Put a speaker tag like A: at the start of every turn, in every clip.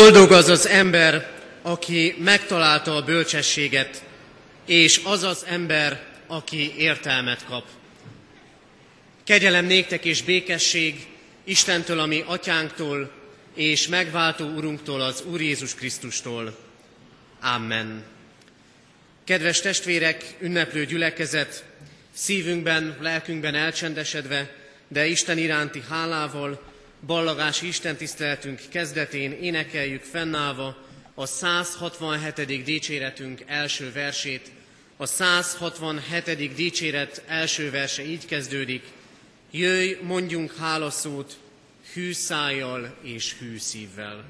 A: Boldog az az ember, aki megtalálta a bölcsességet, és az az ember, aki értelmet kap. Kegyelem néktek és békesség Istentől, a mi atyánktól, és megváltó Urunktól, az Úr Jézus Krisztustól. Amen. Kedves testvérek, ünneplő gyülekezet, szívünkben, lelkünkben elcsendesedve, de Isten iránti hálával, ballagási istentiszteletünk kezdetén énekeljük fennállva a 167. dicséretünk első versét. A 167. dicséret első verse így kezdődik: Jöjj, mondjunk hálaszót, hű szájjal és hű szívvel.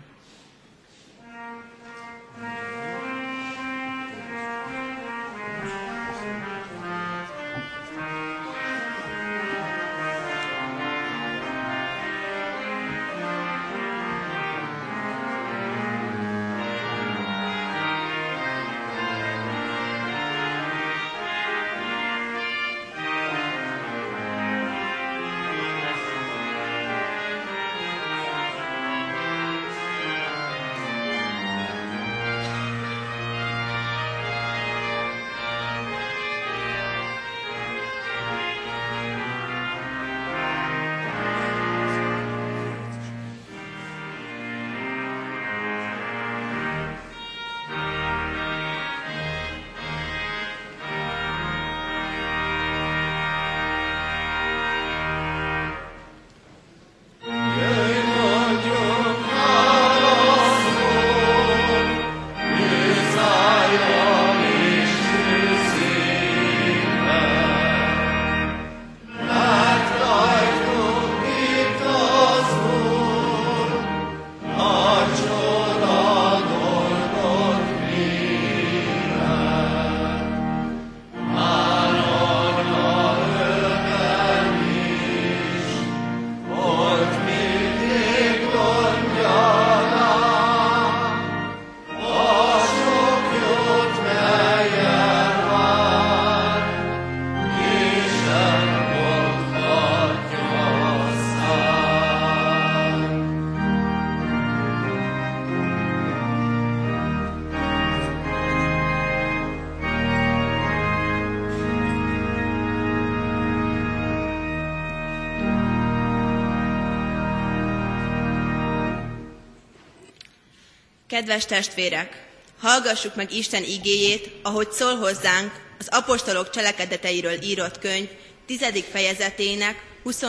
B: Kedves testvérek, hallgassuk meg Isten igéjét, ahogy szól hozzánk az apostolok cselekedeteiről írott könyv 10. fejezetének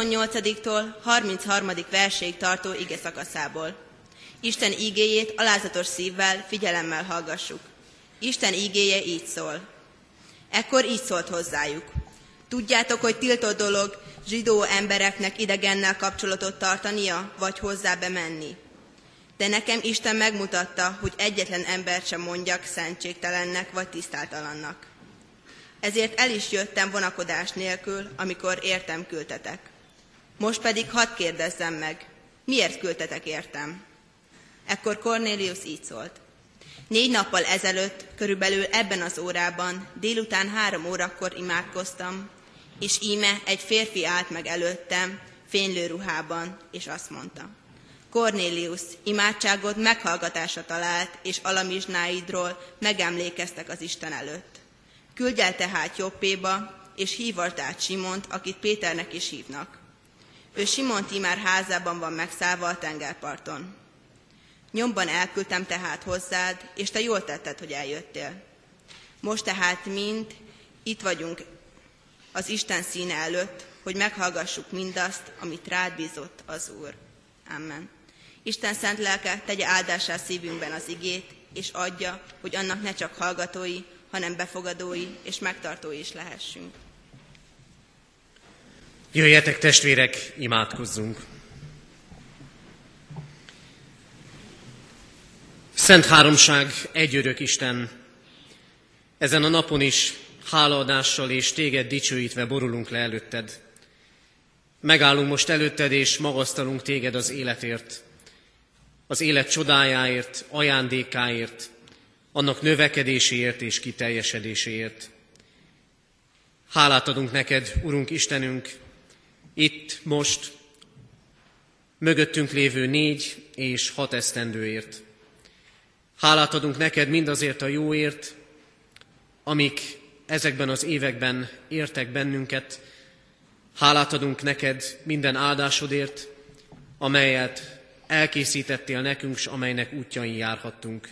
B: 28-tól 33. verséig tartó igeszakaszából. Isten igéjét alázatos szívvel, figyelemmel hallgassuk. Isten igéje így szól. Ekkor így szólt hozzájuk: Tudjátok, hogy tiltott dolog zsidó embereknek idegennel kapcsolatot tartania, vagy hozzá bemenni. De nekem Isten megmutatta, hogy egyetlen embert sem mondjak szentségtelennek vagy tisztátalannak. Ezért el is jöttem vonakodás nélkül, amikor értem küldtetek. Most pedig hadd kérdezzem meg, miért küldtetek értem? Ekkor Kornélius így szólt: 4 nappal ezelőtt, körülbelül ebben az órában, délután 3 órakor imádkoztam, és íme egy férfi állt meg előttem, fénylő ruhában, és azt mondta: Kornélius, imádságod meghallgatásra talált, és alamizsnáidról megemlékeztek az Isten előtt. Küldj el tehát Joppéba, és hívasd át Simont, akit Péternek is hívnak. Ő Simont imár házában van megszállva a tengerparton. Nyomban elküldtem tehát hozzád, és te jól tetted, hogy eljöttél. Most tehát mind itt vagyunk az Isten színe előtt, hogy meghallgassuk mindazt, amit rád bízott az Úr. Amen. Isten szent lelke tegye áldássá szívünkben az igét, és adja, hogy annak ne csak hallgatói, hanem befogadói és megtartói is lehessünk.
A: Jöjjetek, testvérek, imádkozzunk! Szent Háromság, egyörök Isten, ezen a napon is hálaadással és téged dicsőítve borulunk le előtted. Megállunk most előtted, és magasztalunk téged az életért, az élet csodájáért, ajándékáért, annak növekedéséért és kiteljesedéséért. Hálát adunk neked, Urunk Istenünk, itt most mögöttünk lévő 4 és 6 esztendőért. Hálát adunk neked mindazért a jóért, amik ezekben az években értek bennünket. Hálát adunk neked minden áldásodért, amelyet elkészítettél nekünk, s amelynek útjain járhattunk.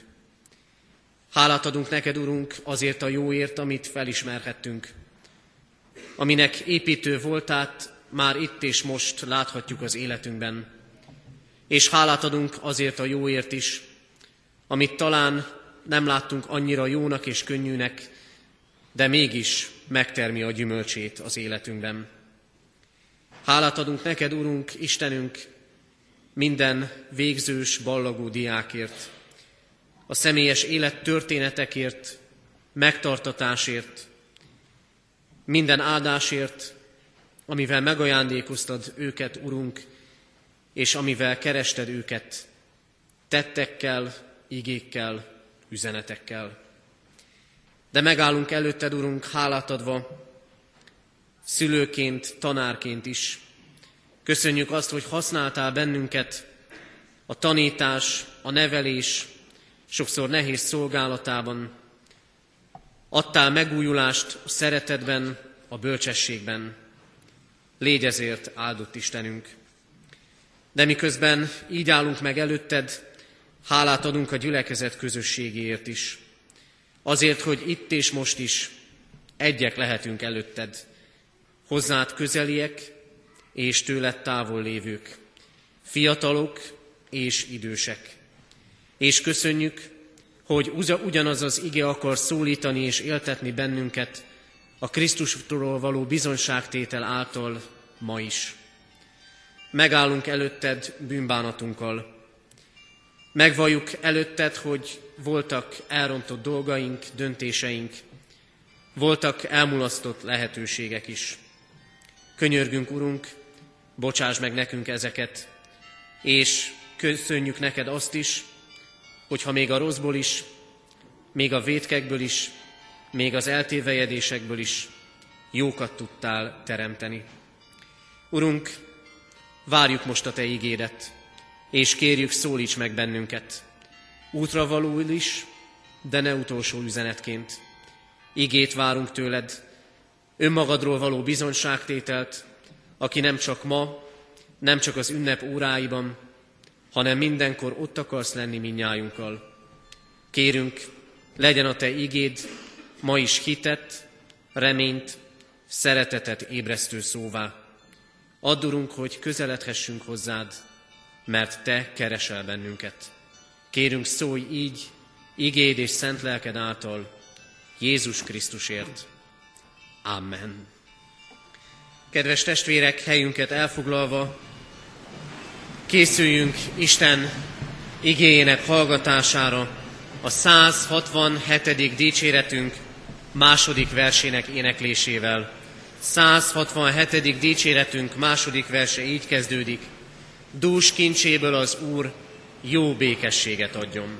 A: Hálát adunk neked, Urunk, azért a jóért, amit felismerhettünk, aminek építő voltát már itt és most láthatjuk az életünkben. És hálát adunk azért a jóért is, amit talán nem láttunk annyira jónak és könnyűnek, de mégis megtermi a gyümölcsét az életünkben. Hálát adunk neked, Urunk, Istenünk, minden végzős, ballagó diákért, a személyes élet történetekért, megtartatásért, minden áldásért, amivel megajándékoztad őket, Urunk, és amivel kerested őket tettekkel, igékkel, üzenetekkel. De megállunk előtted, Urunk, hálát adva, szülőként, tanárként is. Köszönjük azt, hogy használtál bennünket a tanítás, a nevelés, sokszor nehéz szolgálatában. Adtál megújulást a szeretetben, a bölcsességben. Légy ezért áldott Istenünk. De miközben így állunk meg előtted, hálát adunk a gyülekezet közösségéért is. Azért, hogy itt és most is egyek lehetünk előtted. Hozzád közeliek és tőled távol lévők, fiatalok és idősek. És köszönjük, hogy ugyanaz az ige akar szólítani és éltetni bennünket a Krisztusról való bizonyságtétel által ma is. Megállunk előtted bűnbánatunkkal. Megvalljuk előtted, hogy voltak elrontott dolgaink, döntéseink, voltak elmulasztott lehetőségek is. Könyörgünk, Urunk, bocsáss meg nekünk ezeket, és köszönjük neked azt is, hogyha még a rosszból is, még a vétkekből is, még az eltévejedésekből is jókat tudtál teremteni. Urunk, várjuk most a te ígédet, és kérjük, szólíts meg bennünket. Útravalóul is, de ne utolsó üzenetként. Igét várunk tőled, önmagadról való bizonyságtételt, aki nem csak ma, nem csak az ünnep óráiban, hanem mindenkor ott akarsz lenni mindnyájunkkal. Kérünk, legyen a te igéd ma is hitet, reményt, szeretetet ébresztő szóvá. Add, Urunk, hogy közeledhessünk hozzád, mert te keresel bennünket. Kérünk, szólj így, igéd és szent lelked által, Jézus Krisztusért. Amen. Kedves testvérek, helyünket elfoglalva, készüljünk Isten igéjének hallgatására a 167. dicséretünk második versének éneklésével. 167. dicséretünk második verse így kezdődik: dús kincséből az Úr jó békességet adjon.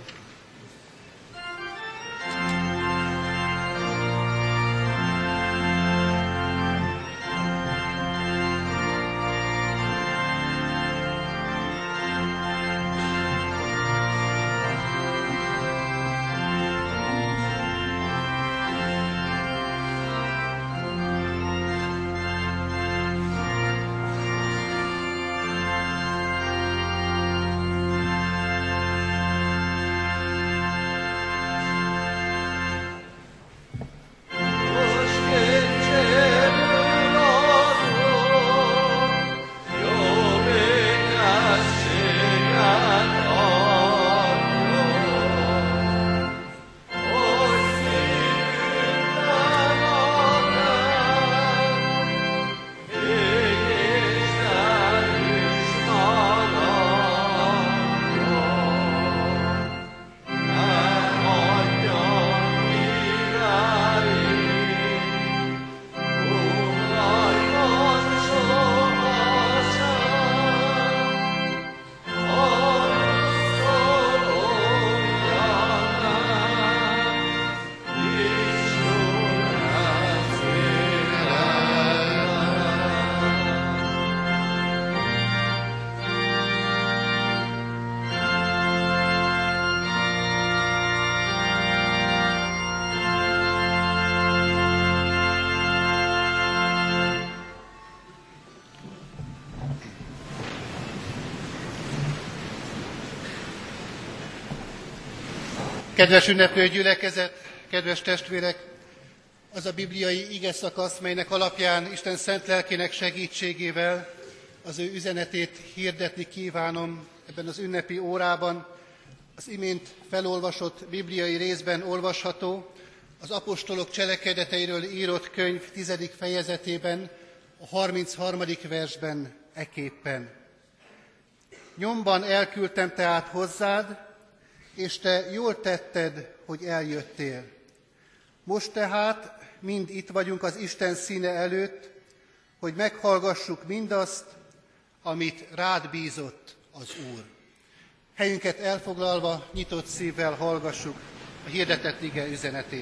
C: Kedves ünneplő gyülekezet, kedves testvérek! Az a bibliai ige szakasz, melynek alapján Isten szent lelkének segítségével az ő üzenetét hirdetni kívánom ebben az ünnepi órában. Az imént felolvasott bibliai részben olvasható, az apostolok cselekedeteiről írott könyv 10. fejezetében, a 33. versben eképpen. Nyomban elküldtem tehát hozzád, és te jól tetted, hogy eljöttél. Most tehát mind itt vagyunk az Isten színe előtt, hogy meghallgassuk mindazt, amit rád bízott az Úr. Helyünket elfoglalva, nyitott szívvel hallgassuk a hirdetett ige üzenetét.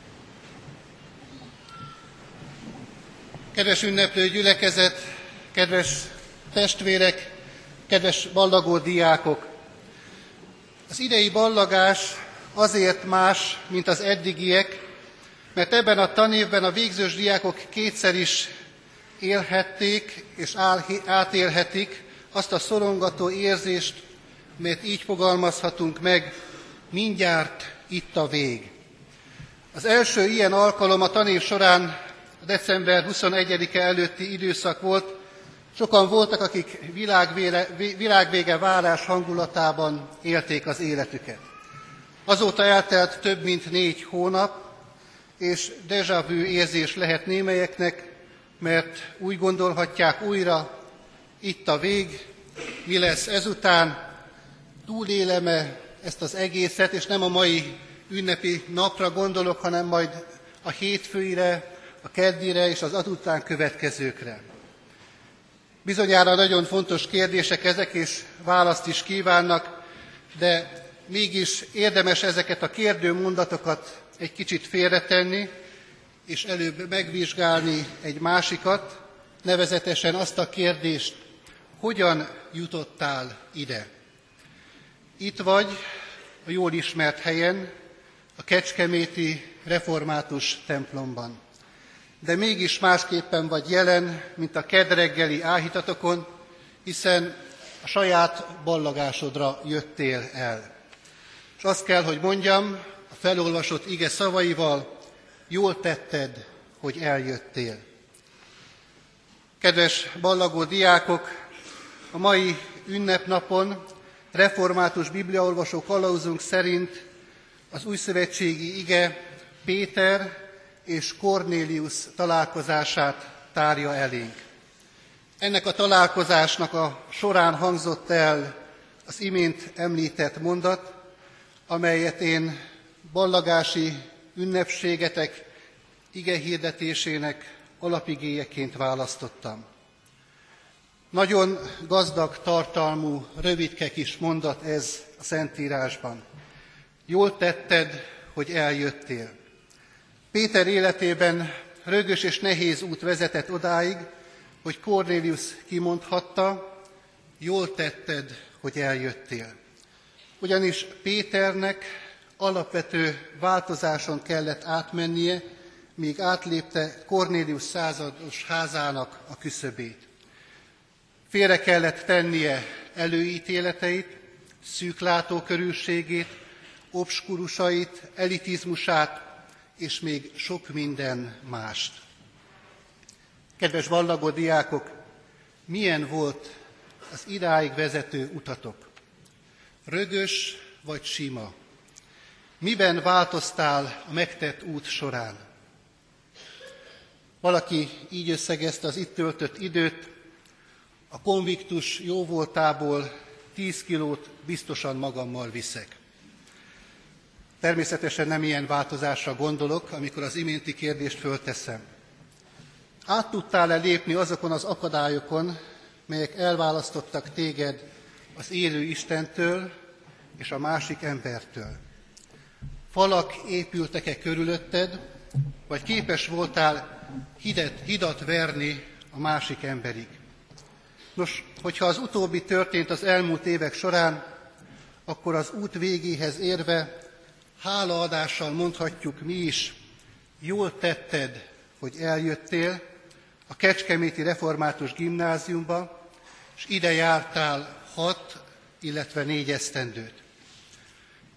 C: Kedves ünneplő gyülekezet, kedves testvérek, kedves ballagó diákok! Az idei ballagás azért más, mint az eddigiek, mert ebben a tanévben a végzős diákok kétszer is élhették és átélhetik azt a szorongató érzést, mert így fogalmazhatunk meg, mindjárt itt a vég. Az első ilyen alkalom a tanév során a december 21-e előtti időszak volt. Sokan voltak, akik világvége várás hangulatában élték az életüket. Azóta eltelt több mint 4 hónap, és déjà vu érzés lehet némelyeknek, mert úgy gondolhatják újra, itt a vég, mi lesz ezután, túlélem-e ezt az egészet, és nem a mai ünnepi napra gondolok, hanem majd a hétfőire, a keddire és az azután következőkre. Bizonyára nagyon fontos kérdések ezek, és választ is kívánnak, de mégis érdemes ezeket a kérdőmondatokat egy kicsit félretenni, és előbb megvizsgálni egy másikat, nevezetesen azt a kérdést, hogyan jutottál ide. Itt vagy a jól ismert helyen, a kecskeméti református templomban. De mégis másképpen vagy jelen, mint a kedd reggeli áhítatokon, hiszen a saját ballagásodra jöttél el. És azt kell, hogy mondjam, a felolvasott ige szavaival, jól tetted, hogy eljöttél. Kedves ballagó diákok, a mai ünnepnapon református bibliaolvasó kalauzunk szerint az újszövetségi ige Péter és Kornélius találkozását tárja elénk. Ennek a találkozásnak a során hangzott el az imént említett mondat, amelyet én ballagási ünnepségetek igehirdetésének alapigéjeként választottam. Nagyon gazdag tartalmú, rövidke kis mondat ez a Szentírásban. Jól tetted, hogy eljöttél. Péter életében rögös és nehéz út vezetett odáig, hogy Kornélius kimondhatta, jól tetted, hogy eljöttél. Ugyanis Péternek alapvető változáson kellett átmennie, míg átlépte Kornélius százados házának a küszöbét. Félre kellett tennie előítéleteit, szűklátókörűségét, obskurusait, elitizmusát, és még sok minden mást. Kedves ballagó diákok, milyen volt az idáig vezető utatok? Rögös vagy sima? Miben változtál a megtett út során? Valaki így összegezte az itt töltött időt, a konviktus jóvoltából 10 kilót biztosan magammal viszek. Természetesen nem ilyen változásra gondolok, amikor az iménti kérdést fölteszem. Át tudtál-e lépni azokon az akadályokon, melyek elválasztottak téged az élő Istentől és a másik embertől? Falak épültek-e körülötted, vagy képes voltál hidat verni a másik emberig? Nos, hogyha az utóbbi történt az elmúlt évek során, akkor az út végéhez érve hálaadással mondhatjuk mi is, jól tetted, hogy eljöttél a Kecskeméti Református Gimnáziumba, és ide jártál 6, illetve 4 esztendőt.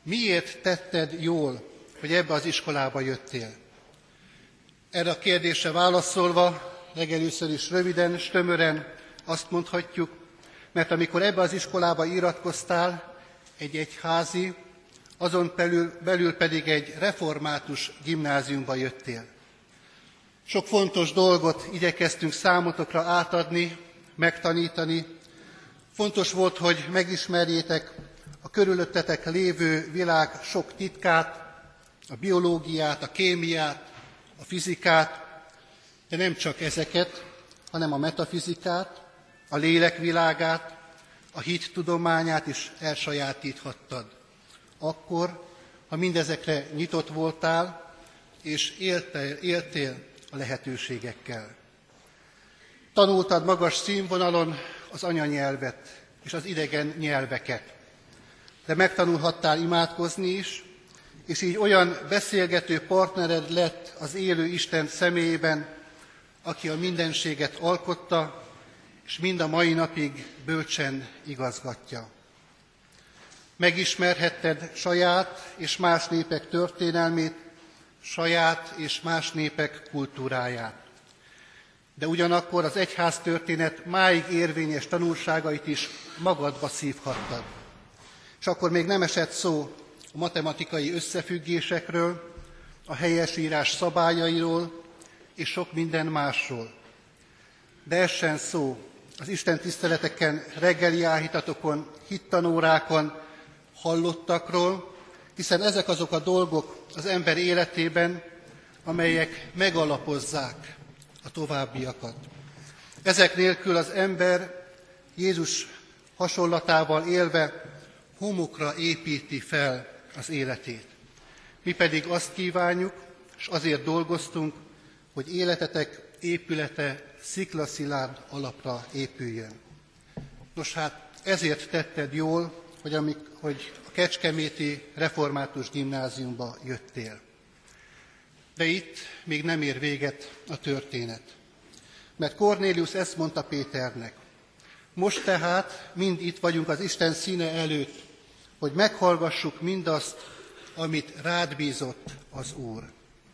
C: miért tetted jól, hogy ebbe az iskolába jöttél? Erre a kérdésre válaszolva, legelőször is röviden, tömören azt mondhatjuk, mert amikor ebbe az iskolába iratkoztál, egy egyházi, azon belül pedig egy református gimnáziumba jöttél. Sok fontos dolgot igyekeztünk számotokra átadni, megtanítani. Fontos volt, hogy megismerjétek a körülöttetek lévő világ sok titkát, a biológiát, a kémiát, a fizikát, de nem csak ezeket, hanem a metafizikát, a lélek világát, a hit tudományát is elsajátíthattad. Akkor, ha mindezekre nyitott voltál, és éltél a lehetőségekkel. Tanultad magas színvonalon az anyanyelvet és az idegen nyelveket, de megtanulhattál imádkozni is, és így olyan beszélgető partnered lett az élő Isten személyében, aki a mindenséget alkotta, és mind a mai napig bölcsen igazgatja. Megismerhetted saját és más népek történelmét, saját és más népek kultúráját. De ugyanakkor az egyház történet máig érvényes tanulságait is magadba szívhattad. És akkor még nem esett szó a matematikai összefüggésekről, a helyesírás szabályairól és sok minden másról. De essen szó az Isten tiszteleteken, reggeli áhítatokon, hittanórákon hallottakról, hiszen ezek azok a dolgok az ember életében, amelyek megalapozzák a továbbiakat. Ezek nélkül az ember Jézus hasonlatával élve homokra építi fel az életét. Mi pedig azt kívánjuk, és azért dolgoztunk, hogy életetek épülete sziklaszilárd alapra épüljön. Nos hát ezért tetted jól, hogy a Kecskeméti Református Gimnáziumba jöttél. De itt még nem ér véget a történet. Mert Kornélius ezt mondta Péternek: most tehát mind itt vagyunk az Isten színe előtt, hogy meghallgassuk mindazt, amit rád bízott az Úr.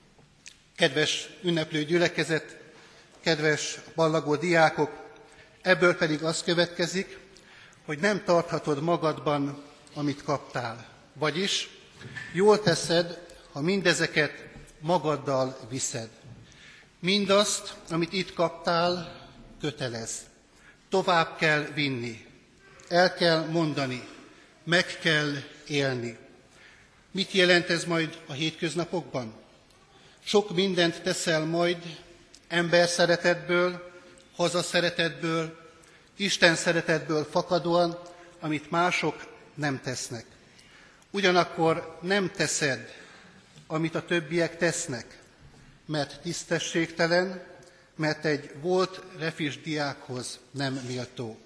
C: Kedves ünneplő gyülekezet, kedves ballagó diákok, ebből pedig az következik, hogy nem tarthatod magadban, amit kaptál. Vagyis jól teszed, ha mindezeket magaddal viszed. Mindazt, amit itt kaptál, kötelez. Tovább kell vinni, el kell mondani, meg kell élni. Mit jelent ez majd a hétköznapokban? Sok mindent teszel majd ember szeretetből, hazaszeretetből, Isten szeretetből fakadóan, amit mások nem tesznek. Ugyanakkor nem teszed, amit a többiek tesznek, mert tisztességtelen, mert egy volt refis diákhoz nem méltó.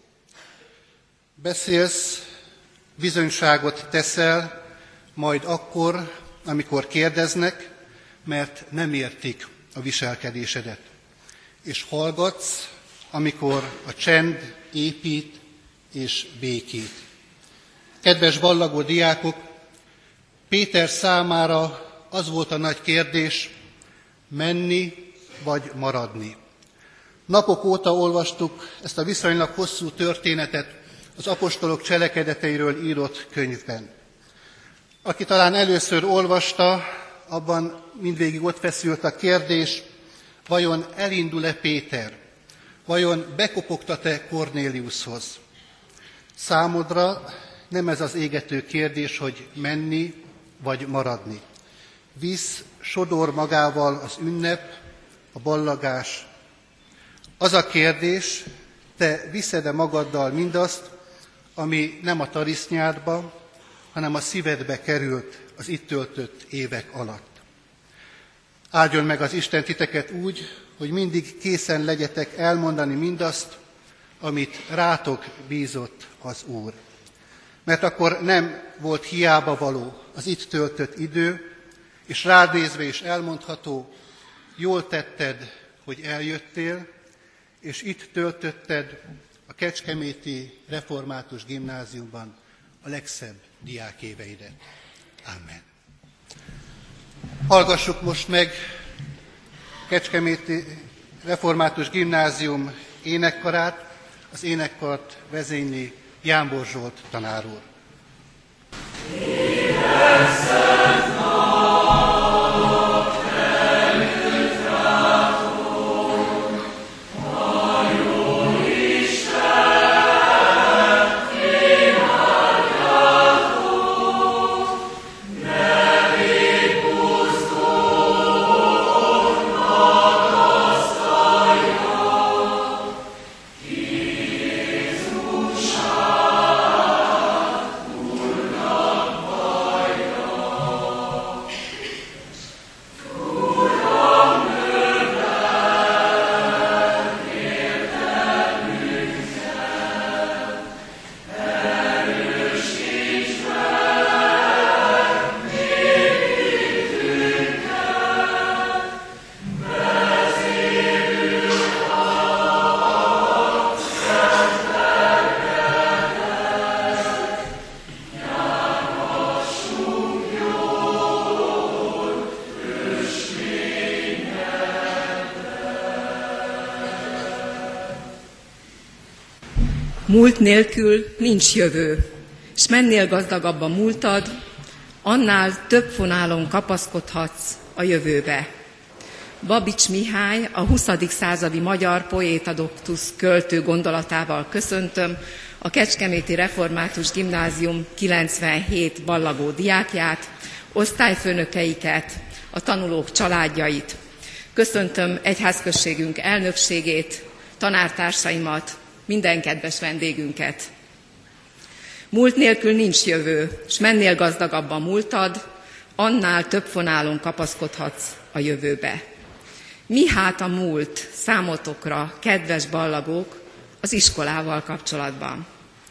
C: Beszélsz, bizonyságot teszel, majd akkor, amikor kérdeznek, mert nem értik a viselkedésedet. És hallgatsz, amikor a csend épít és békít. Kedves ballagó diákok, Péter számára az volt a nagy kérdés, menni vagy maradni. Napok óta olvastuk ezt a viszonylag hosszú történetet az apostolok cselekedeteiről írott könyvben. Aki talán először olvasta, abban mindvégig ott feszült a kérdés, vajon elindul-e Péter? Vajon bekopogtat-e Kornéliushoz? Számodra nem ez az égető kérdés, hogy menni vagy maradni. Visz, sodor magával az ünnep, a ballagás. Az a kérdés, te viszed-e magaddal mindazt, ami nem a tarisznyádba, hanem a szívedbe került az itt töltött évek alatt. Áldjon meg az Isten titeket úgy, hogy mindig készen legyetek elmondani mindazt, amit rátok bízott az Úr. Mert akkor nem volt hiába való az itt töltött idő, és rád nézve is elmondható, jól tetted, hogy eljöttél, és itt töltötted a Kecskeméti Református Gimnáziumban a legszebb diákéveidet. Amen. Hallgassuk most meg Kecskeméti Református Gimnázium énekkarát, az énekkart vezényli Jámbor Zsolt tanár úr.
D: Múlt nélkül nincs jövő, s mennél gazdagabb a múltad, annál több fonálon kapaszkodhatsz a jövőbe. Babics Mihály, a 20. századi magyar poéta doktusz költő gondolatával köszöntöm a Kecskeméti Református Gimnázium 97 ballagó diákját, osztályfőnökeiket, a tanulók családjait. Köszöntöm egyházközségünk elnökségét, tanártársaimat, minden kedves vendégünket. Múlt nélkül nincs jövő, s mennél gazdagabb a múltad, annál több fonálon kapaszkodhatsz a jövőbe. Mi hát a múlt számotokra, kedves ballagók, az iskolával kapcsolatban?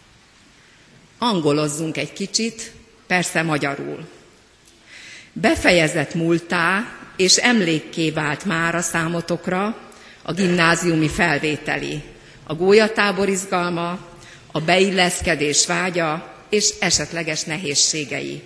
D: Angolozzunk egy kicsit, persze magyarul. Befejezett múlttá és emlékké vált már a számotokra a gimnáziumi felvételi, a gólyatábor izgalma, a beilleszkedés vágya és esetleges nehézségei.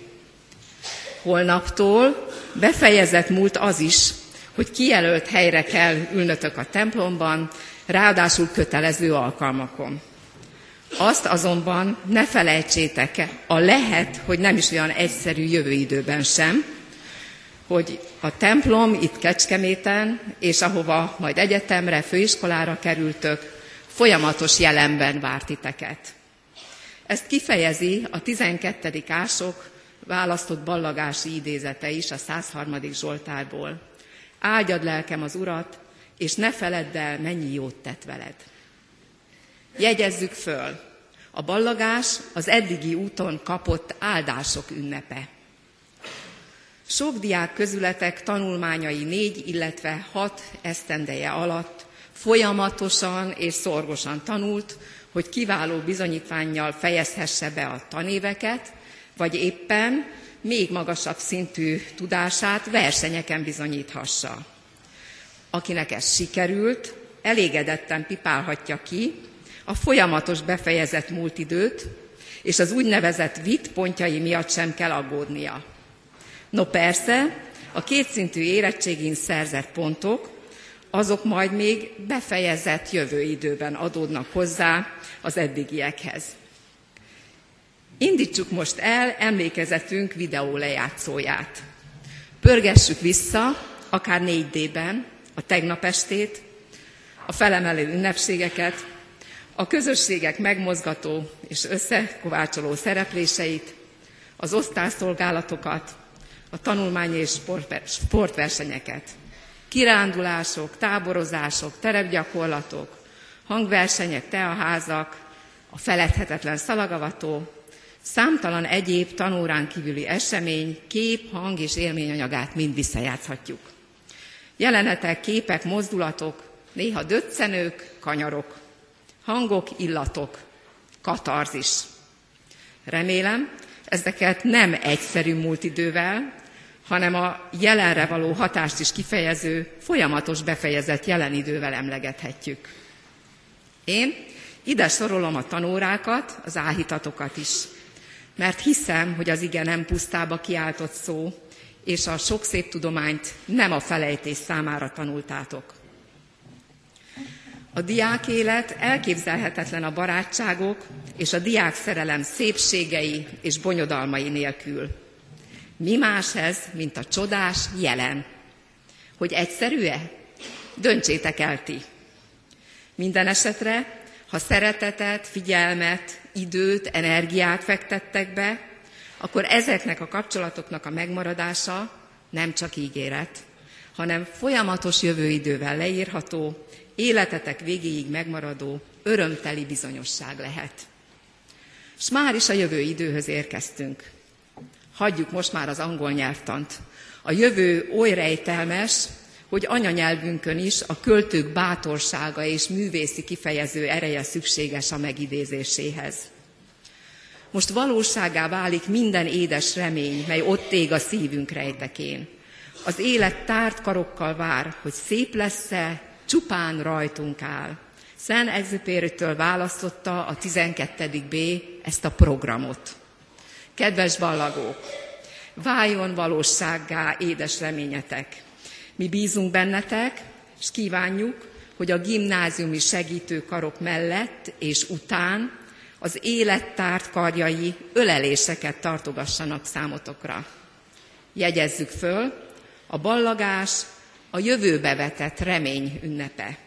D: Holnaptól befejezett múlt az is, hogy kijelölt helyre kell ülnötök a templomban, ráadásul kötelező alkalmakon. Azt azonban ne felejtsétek, a lehet, hogy nem is olyan egyszerű jövőidőben sem, hogy a templom itt Kecskeméten, és ahova majd egyetemre, főiskolára kerültök, folyamatos jelenben vár titeket. Ezt kifejezi a 12. ások választott ballagási idézete is a 103. Zsoltárból. Áldjad lelkem az Urat, és ne feledd el, mennyi jót tett veled. Jegyezzük föl, a ballagás az eddigi úton kapott áldások ünnepe. Sok diák közületek tanulmányai 4, illetve 6 esztendeje alatt folyamatosan és szorgosan tanult, hogy kiváló bizonyítvánnyal fejezhesse be a tanéveket, vagy éppen még magasabb szintű tudását versenyeken bizonyíthassa. Akinek ez sikerült, elégedetten pipálhatja ki a folyamatos befejezett múltidőt, és az úgynevezett vitt pontjai miatt sem kell aggódnia. No persze, a kétszintű érettségin szerzett pontok, azok majd még befejezett jövőidőben adódnak hozzá az eddigiekhez. Indítsuk most el emlékezetünk videólejátszóját. Pörgessük vissza, akár 4D-ben, a tegnap estét, a felemelő ünnepségeket, a közösségek megmozgató és összekovácsoló szerepléseit, az osztályszolgálatokat, a tanulmányi és sportversenyeket. Kirándulások, táborozások, terepgyakorlatok, hangversenyek, teaházak, a feledhetetlen szalagavató, számtalan egyéb tanórán kívüli esemény, kép, hang és élményanyagát mind visszajátszhatjuk. Jelenetek, képek, mozdulatok, néha döccenők, kanyarok, hangok, illatok, katarzis. Remélem, ezeket nem egyszerű múltidővel, hanem a jelenre való hatást is kifejező, folyamatos befejezett jelenidővel emlegethetjük. Én ide sorolom a tanórákat, az áhítatokat is. mert hiszem, hogy az ige nem pusztába kiáltott szó, és a sok szép tudományt nem a felejtés számára tanultátok. A diákélet elképzelhetetlen a barátságok és a diákszerelem szépségei és bonyodalmai nélkül. Mi más ez, mint a csodás jelen? Hogy egyszerű-e? Döntsétek el ti. Minden esetre, ha szeretetet, figyelmet, időt, energiát fektettek be, akkor ezeknek a kapcsolatoknak a megmaradása nem csak ígéret, hanem folyamatos jövőidővel leírható, életetek végéig megmaradó, örömteli bizonyosság lehet. S már is a jövő időhöz érkeztünk. Hagyjuk most már az angol nyelvtant. A jövő oly rejtelmes, hogy anyanyelvünkön is a költők bátorsága és művészi kifejező ereje szükséges a megidézéséhez. Most valóságá válik minden édes remény, mely ott ég a szívünk rejtekén. Az élet tárt karokkal vár, hogy szép lesz-e, csupán rajtunk áll. Saint-Exupérytől választotta a 12. B ezt a programot. Kedves ballagók, váljon valósággá édes reményetek. Mi bízunk bennetek, és kívánjuk, hogy a gimnáziumi segítőkarok mellett és után az élet tárt karjai öleléseket tartogassanak számotokra. Jegyezzük föl, a ballagás a jövőbe vetett remény ünnepe.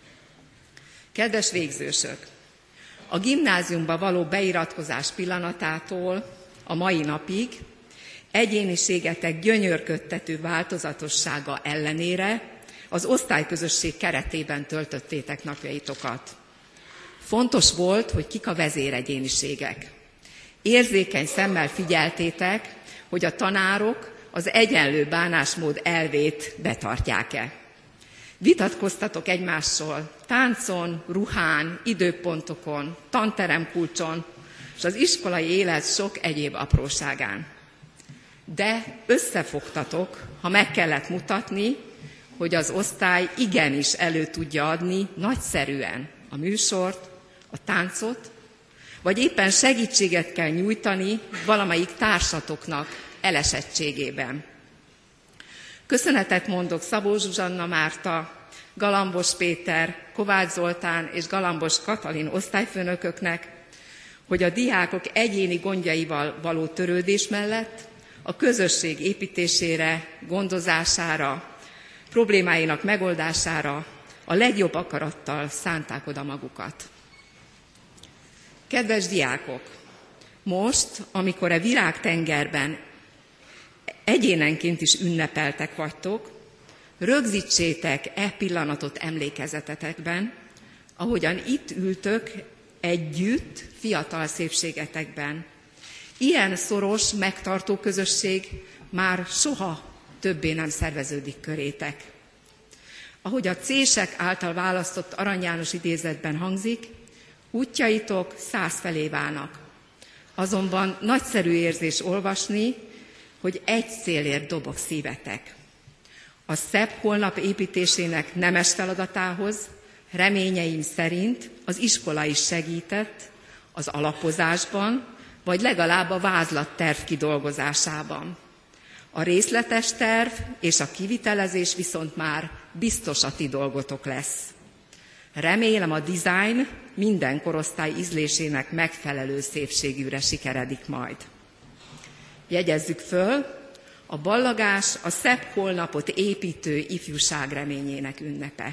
D: Kedves végzősök! A gimnáziumba való beiratkozás pillanatától a mai napig egyéniségetek gyönyörködtető változatossága ellenére az osztályközösség keretében töltöttétek napjaitokat. Fontos volt, hogy kik a vezéregyéniségek. Érzékeny szemmel figyeltétek, hogy a tanárok az egyenlő bánásmód elvét betartják-e. Vitatkoztatok egymással táncon, ruhán, időpontokon, tanteremkulcson, és az iskolai élet sok egyéb apróságán. De összefogtatok, ha meg kellett mutatni, hogy az osztály igenis elő tudja adni nagyszerűen a műsort, a táncot, vagy éppen segítséget kell nyújtani valamelyik társatoknak elesettségében. Köszönetet mondok Szabó Zsuzsanna Márta, Galambos Péter, Kovács Zoltán és Galambos Katalin osztályfőnököknek, hogy a diákok egyéni gondjaival való törődés mellett a közösség építésére, gondozására, problémáinak megoldására a legjobb akarattal szánták oda magukat. Kedves diákok! Most, amikor a virágtengerben egyénenként is ünnepeltek vagytok, rögzítsétek e pillanatot emlékezetetekben, ahogyan itt ültök együtt fiatal szépségetekben. Ilyen szoros, megtartó közösség már soha többé nem szerveződik körétek. Ahogy a C-sek által választott Arany János idézetben hangzik, útjaitok 100 felé válnak. Azonban nagyszerű érzés olvasni, hogy egy célért dobog szívetek. A szebb holnap építésének nemes feladatához reményeim szerint az iskola is segített az alapozásban, vagy legalább a vázlatterv kidolgozásában. A részletes terv és a kivitelezés viszont már biztos a ti dolgotok lesz. Remélem a design minden korosztály ízlésének megfelelő szépségűre sikeredik majd. Jegyezzük föl, a ballagás a szebb holnapot építő ifjúság reményének ünnepe.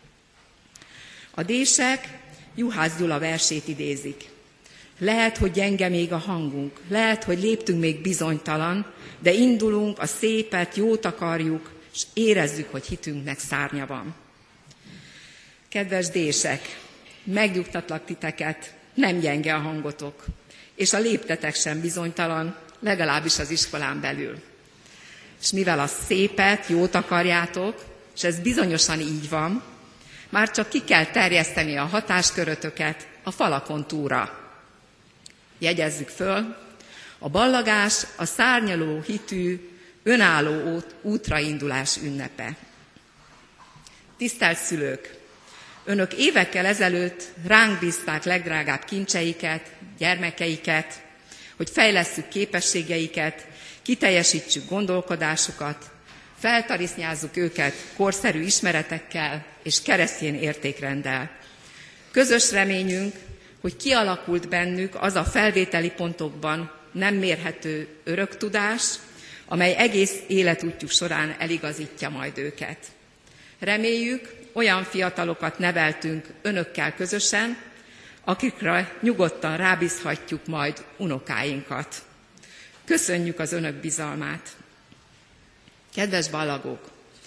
D: A dések Juhász Gyula versét idézik. Lehet, hogy gyenge még a hangunk, lehet, hogy léptünk még bizonytalan, de indulunk, a szépet, jót akarjuk, és érezzük, hogy hitünknek szárnya van. Kedves dések, megnyugtatlak titeket, nem gyenge a hangotok, és a léptetek sem bizonytalan, legalábbis az iskolán belül. És mivel a szépet, jót akarjátok, és ez bizonyosan így van, már csak ki kell terjeszteni a hatáskörötöket a falakon túlra. Jegyezzük föl, a ballagás a szárnyaló hitű, önálló útraindulás ünnepe. Tisztelt szülők! Önök évekkel ezelőtt ránk bízták legdrágább kincseiket, gyermekeiket, hogy fejlesszük képességeiket, kiteljesítsük gondolkodásukat, feltarisznyázzuk őket korszerű ismeretekkel és keresztény értékrenddel. Közös reményünk, hogy kialakult bennük az a felvételi pontokban nem mérhető örök tudás, amely egész életútjuk során eligazítja majd őket. Reméljük, olyan fiatalokat neveltünk önökkel közösen, akikre nyugodtan rábízhatjuk majd unokáinkat. Köszönjük az önök bizalmát! Kedves ballagók!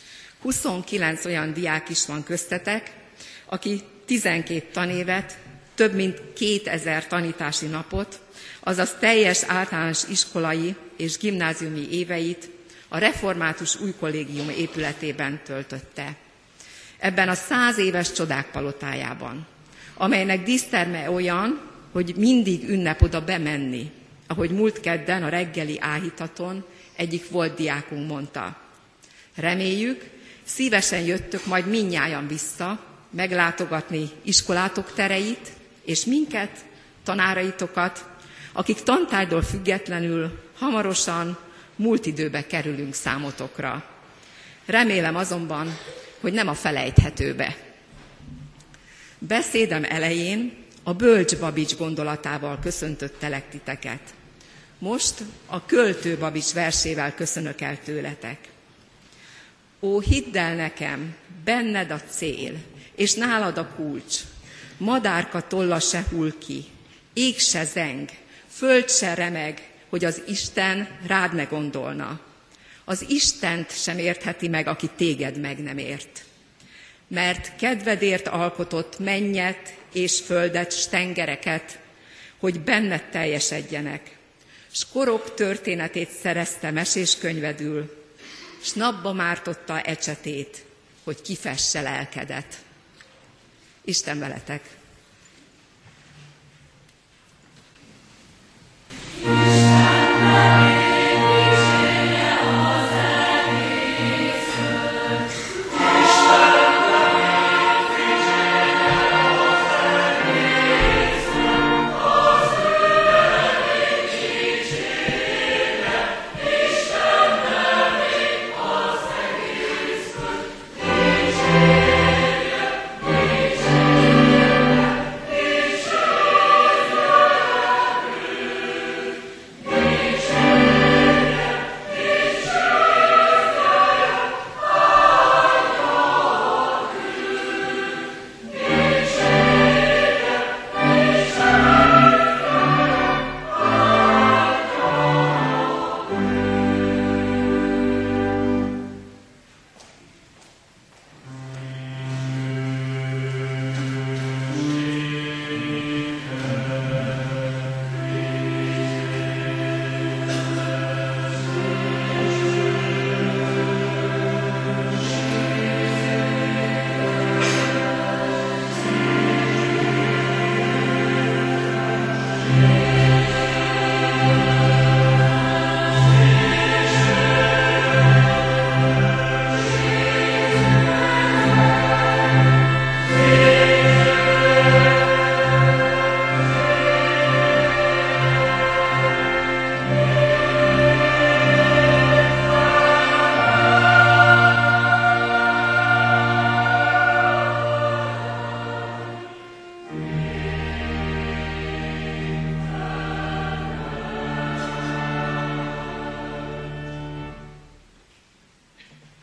D: 29 olyan diák is van köztetek, aki 12 tanévet, több mint 2000 tanítási napot, azaz teljes általános iskolai és gimnáziumi éveit a Református Újkollégium épületében töltötte. Ebben a 100 éves csodák palotájában, amelynek díszterme olyan, hogy mindig ünnep oda bemenni, ahogy múlt kedden a reggeli áhítaton egyik volt diákunk mondta. Reméljük, szívesen jöttök majd mindnyájan vissza, meglátogatni iskolátok tereit, és minket, tanáraitokat, akik tantárgytól függetlenül hamarosan múlt időbe kerülünk számotokra. Remélem azonban, hogy nem a felejthetőbe. Beszédem elején a Bölcs Babics gondolatával köszöntöttelek titeket. Most a Költő Babics versével köszönök el tőletek. Ó, hidd el nekem, benned a cél, és nálad a kulcs. Madárka tolla se hull ki, ég se zeng, föld se remeg, hogy az Isten rád ne gondolna. Az Istent sem értheti meg, aki téged meg nem ért. Mert kedvedért alkotott mennyet és földet, s tengereket, hogy benned teljesedjenek. S korok történetét szerezte meséskönyvedül, s napba mártotta ecsetét, hogy kifesse lelkedet. Isten veletek!
E: Isten